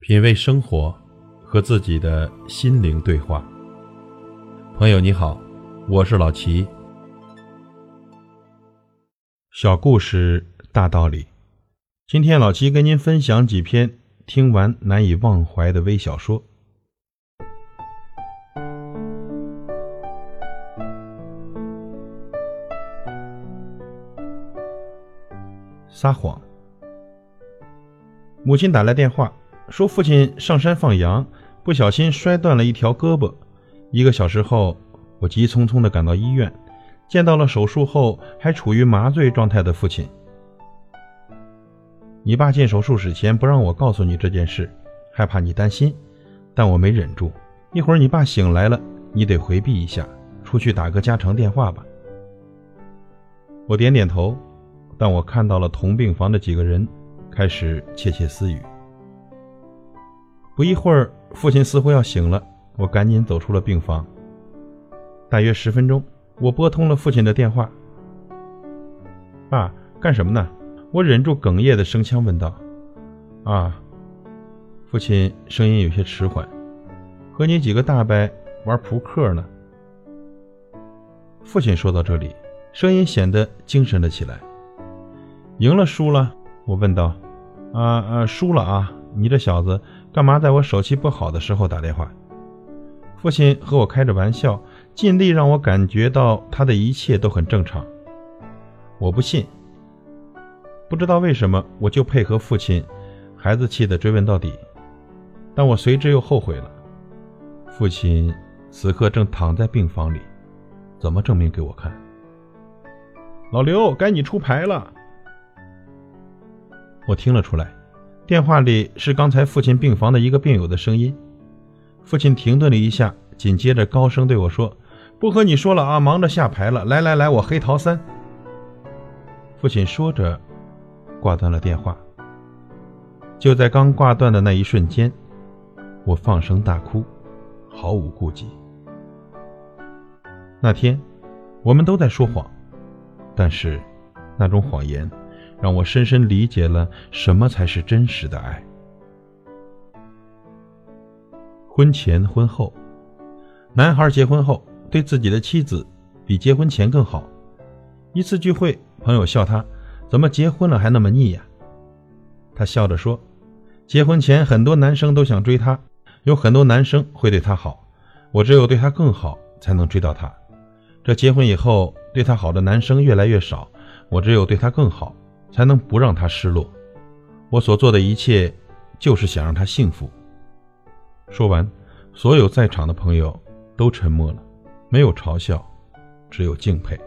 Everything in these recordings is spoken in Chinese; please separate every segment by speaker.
Speaker 1: 品味生活，和自己的心灵对话。朋友你好，我是老齐。小故事大道理，今天老齐跟您分享几篇听完难以忘怀的微小说。撒谎。母亲打来电话说，父亲上山放羊，不小心摔断了一条胳膊。1个小时后，我急匆匆地赶到医院，见到了手术后还处于麻醉状态的父亲。你爸进手术室前不让我告诉你这件事，害怕你担心，但我没忍住。一会儿你爸醒来了，你得回避一下，出去打个家常电话吧。我点点头，但我看到了同病房的几个人开始窃窃私语。不一会儿，父亲似乎要醒了，我赶紧走出了病房。大约10分钟，我拨通了父亲的电话。爸，干什么呢？我忍住哽咽的声腔问道。父亲声音有些迟缓，和你几个大伯玩扑克呢。父亲说到这里，声音显得精神了起来。赢了输了？我问道。输了啊，你这小子干嘛在我手气不好的时候打电话？父亲和我开着玩笑，尽力让我感觉到他的一切都很正常。我不信，不知道为什么我就配合父亲孩子气地追问到底，但我随之又后悔了。父亲此刻正躺在病房里，怎么证明给我看？老刘，该你出牌了。我听了出来，电话里是刚才父亲病房的一个病友的声音。父亲停顿了一下，紧接着高声对我说，不和你说了啊，忙着下牌了，来，我黑桃3。父亲说着挂断了电话。就在刚挂断的那一瞬间，我放声大哭，毫无顾忌。那天我们都在说谎，但是那种谎言让我深深理解了什么才是真实的爱。婚前婚后，男孩结婚后对自己的妻子比结婚前更好。一次聚会，朋友笑他怎么结婚了还那么腻呀？他笑着说，结婚前很多男生都想追她，有很多男生会对她好，我只有对她更好才能追到她。这结婚以后对她好的男生越来越少，我只有对她更好才能不让她失落。我所做的一切就是想让她幸福。说完，所有在场的朋友都沉默了，没有嘲笑，只有敬佩。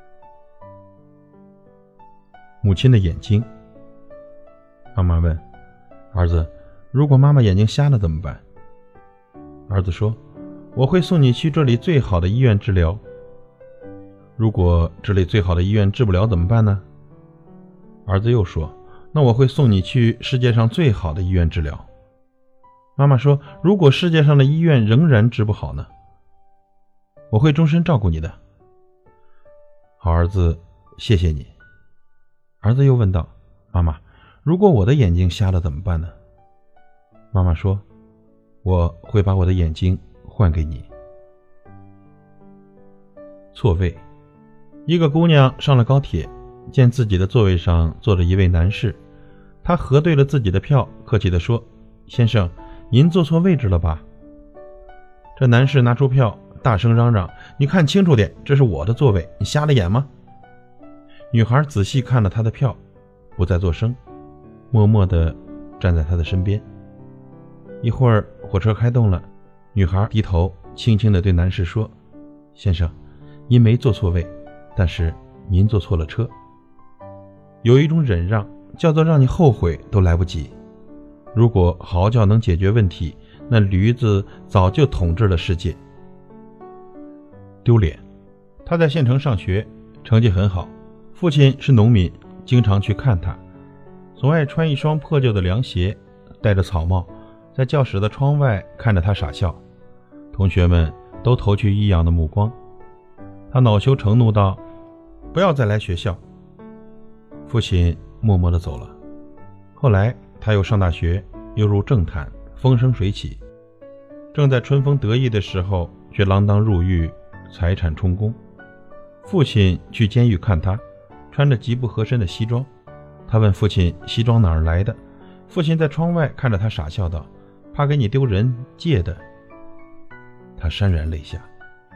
Speaker 1: 母亲的眼睛。妈妈问，儿子，如果妈妈眼睛瞎了怎么办？儿子说，我会送你去这里最好的医院治疗。如果这里最好的医院治不了怎么办呢？儿子又说，那我会送你去世界上最好的医院治疗。妈妈说，如果世界上的医院仍然治不好呢？我会终身照顾你的。好儿子，谢谢你。儿子又问道，妈妈，如果我的眼睛瞎了怎么办呢？妈妈说，我会把我的眼睛换给你。错位。一个姑娘上了高铁，见自己的座位上坐着一位男士，她核对了自己的票，客气地说，先生，您坐错位置了吧？这男士拿出票，大声嚷嚷，你看清楚点，这是我的座位，你瞎了眼吗？女孩仔细看了他的票，不再作声，默默地站在他的身边。一会儿火车开动了，女孩低头轻轻地对男士说，先生，您没坐错位，但是您坐错了车。有一种忍让叫做让你后悔都来不及。如果嚎叫能解决问题，那驴子早就统治了世界。丢脸。他在县城上学，成绩很好，父亲是农民，经常去看他，总爱穿一双破旧的凉鞋，戴着草帽，在教室的窗外看着他傻笑。同学们都投去异样的目光。他恼羞成怒道，不要再来学校。父亲默默地走了。后来他又上大学，又入政坛， 风生水起。正在春风得意的时候，却锒铛入狱，财产充公。父亲去监狱看他，穿着极不合身的西装。他问父亲西装哪儿来的，父亲在窗外看着他傻笑道：怕给你丢人，借的。他潸然泪下。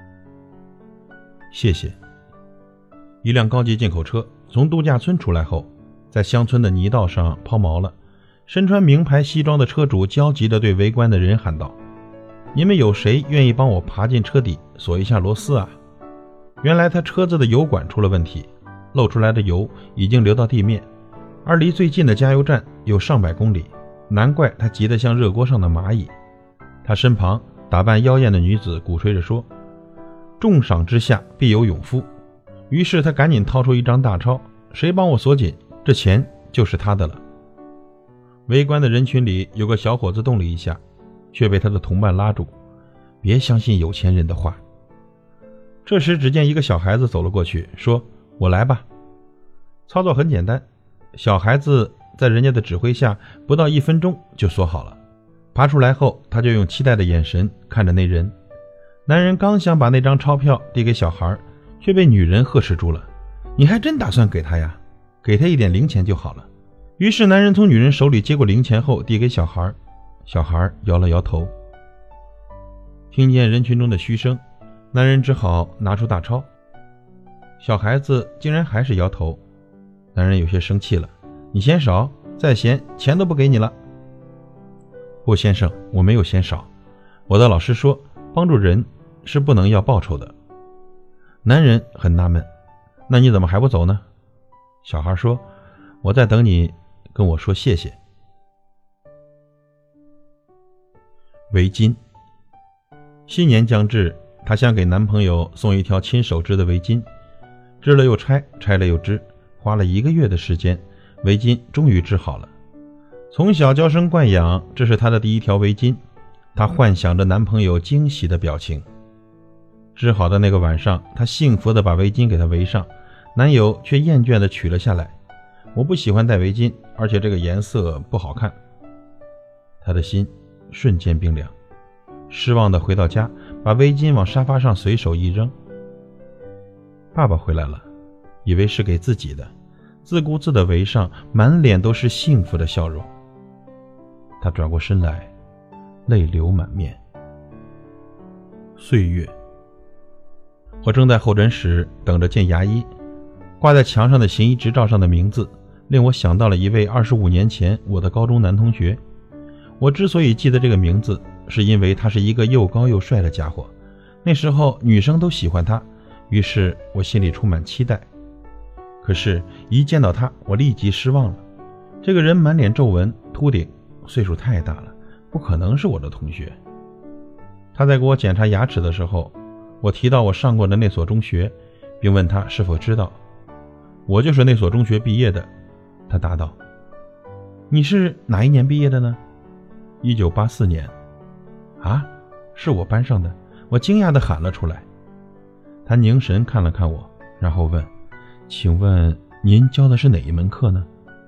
Speaker 1: 谢谢。一辆高级进口车从度假村出来后，在乡村的泥道上抛锚了。身穿名牌西装的车主焦急地对围观的人喊道：你们有谁愿意帮我爬进车底锁一下螺丝啊？原来他车子的油管出了问题，漏出来的油已经流到地面，而离最近的加油站有上百公里，难怪他急得像热锅上的蚂蚁。他身旁打扮妖艳的女子鼓吹着说：重赏之下必有勇夫。于是他赶紧掏出一张大钞，谁帮我锁紧，这钱就是他的了。围观的人群里有个小伙子动了一下，却被他的同伴拉住：别相信有钱人的话。这时只见一个小孩子走了过去，说：我来吧。操作很简单，小孩子在人家的指挥下不到1分钟就锁好了。爬出来后，他就用期待的眼神看着那人。男人刚想把那张钞票递给小孩，却被女人呵斥住了：你还真打算给他呀？给他一点零钱就好了。于是男人从女人手里接过零钱后递给小孩，小孩摇了摇头。听见人群中的嘘声，男人只好拿出大钞。小孩子竟然还是摇头。男人有些生气了：你嫌少，再嫌钱都不给你了。不，先生，我没有嫌少，我的老师说帮助人是不能要报酬的。男人很纳闷：那你怎么还不走呢？小孩说：我在等你跟我说谢谢。围巾。新年将至，她想给男朋友送一条亲手织的围巾，织了又拆，拆了又织，花了1个月的时间，围巾终于织好了。从小娇生惯养，这是她的第1条围巾。她幻想着男朋友惊喜的表情。织好的那个晚上，她幸福地把围巾给他围上，男友却厌倦地取了下来。我不喜欢戴围巾，而且这个颜色不好看。她的心瞬间冰凉，失望地回到家，把围巾往沙发上随手一扔。爸爸回来了，以为是给自己的，自顾自地围上，满脸都是幸福的笑容。他转过身来，泪流满面。岁月。我正在候诊室等着见牙医，挂在墙上的行医执照上的名字令我想到了一位25年前我的高中男同学。我之所以记得这个名字，是因为他是一个又高又帅的家伙，那时候女生都喜欢他，于是我心里充满期待。可是一见到他，我立即失望了。这个人满脸皱纹，秃顶，岁数太大了，不可能是我的同学。他在给我检查牙齿的时候，我提到我上过的那所中学，并问他是否知道。我就是那所中学毕业的，他答道。你是哪一年毕业的呢？1984年。啊，是我班上的。我惊讶地喊了出来。他凝神看了看我，然后问：请问您教的是哪一门课呢？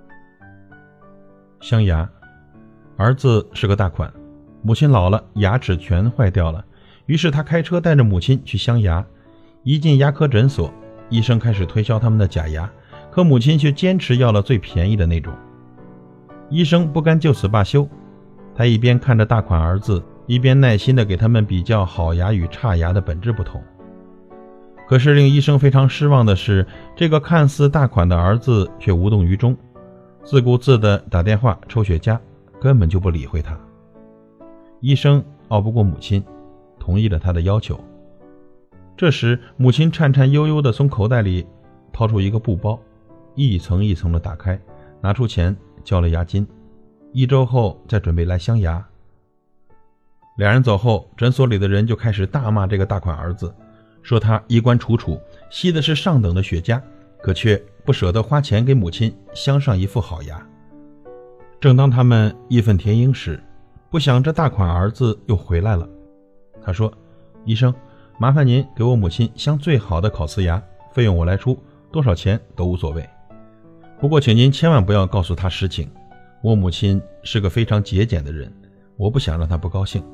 Speaker 1: 镶牙。儿子是个大款，母亲老了，牙齿全坏掉了，于是他开车带着母亲去镶牙。一进牙科诊所，医生开始推销他们的假牙，可母亲却坚持要了最便宜的那种。医生不甘就此罢休，他一边看着大款儿子，一边耐心地给他们比较好牙与差牙的本质不同。可是令医生非常失望的是，这个看似大款的儿子却无动于衷，自顾自地打电话抽雪茄，根本就不理会他。医生拗不过母亲，同意了他的要求。这时母亲颤颤悠悠地从口袋里掏出一个布包，一层一层地打开，拿出钱交了押金，1周后再准备来镶牙。两人走后，诊所里的人就开始大骂这个大款儿子，说他衣冠楚楚，吸的是上等的雪茄，可却不舍得花钱给母亲镶上一副好牙。正当他们义愤填膺时，不想这大款儿子又回来了。他说：医生，麻烦您给我母亲镶最好的烤瓷牙，费用我来出，多少钱都无所谓。不过请您千万不要告诉她实情，我母亲是个非常节俭的人， 我不想让他不高兴。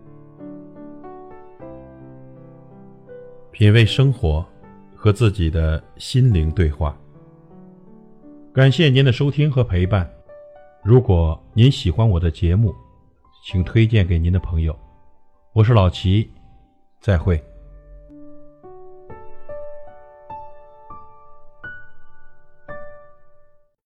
Speaker 1: 品味生活，和自己的心灵对话。感谢您的收听和陪伴。如果您喜欢我的节目，请推荐给您的朋友。我是老齐，再会。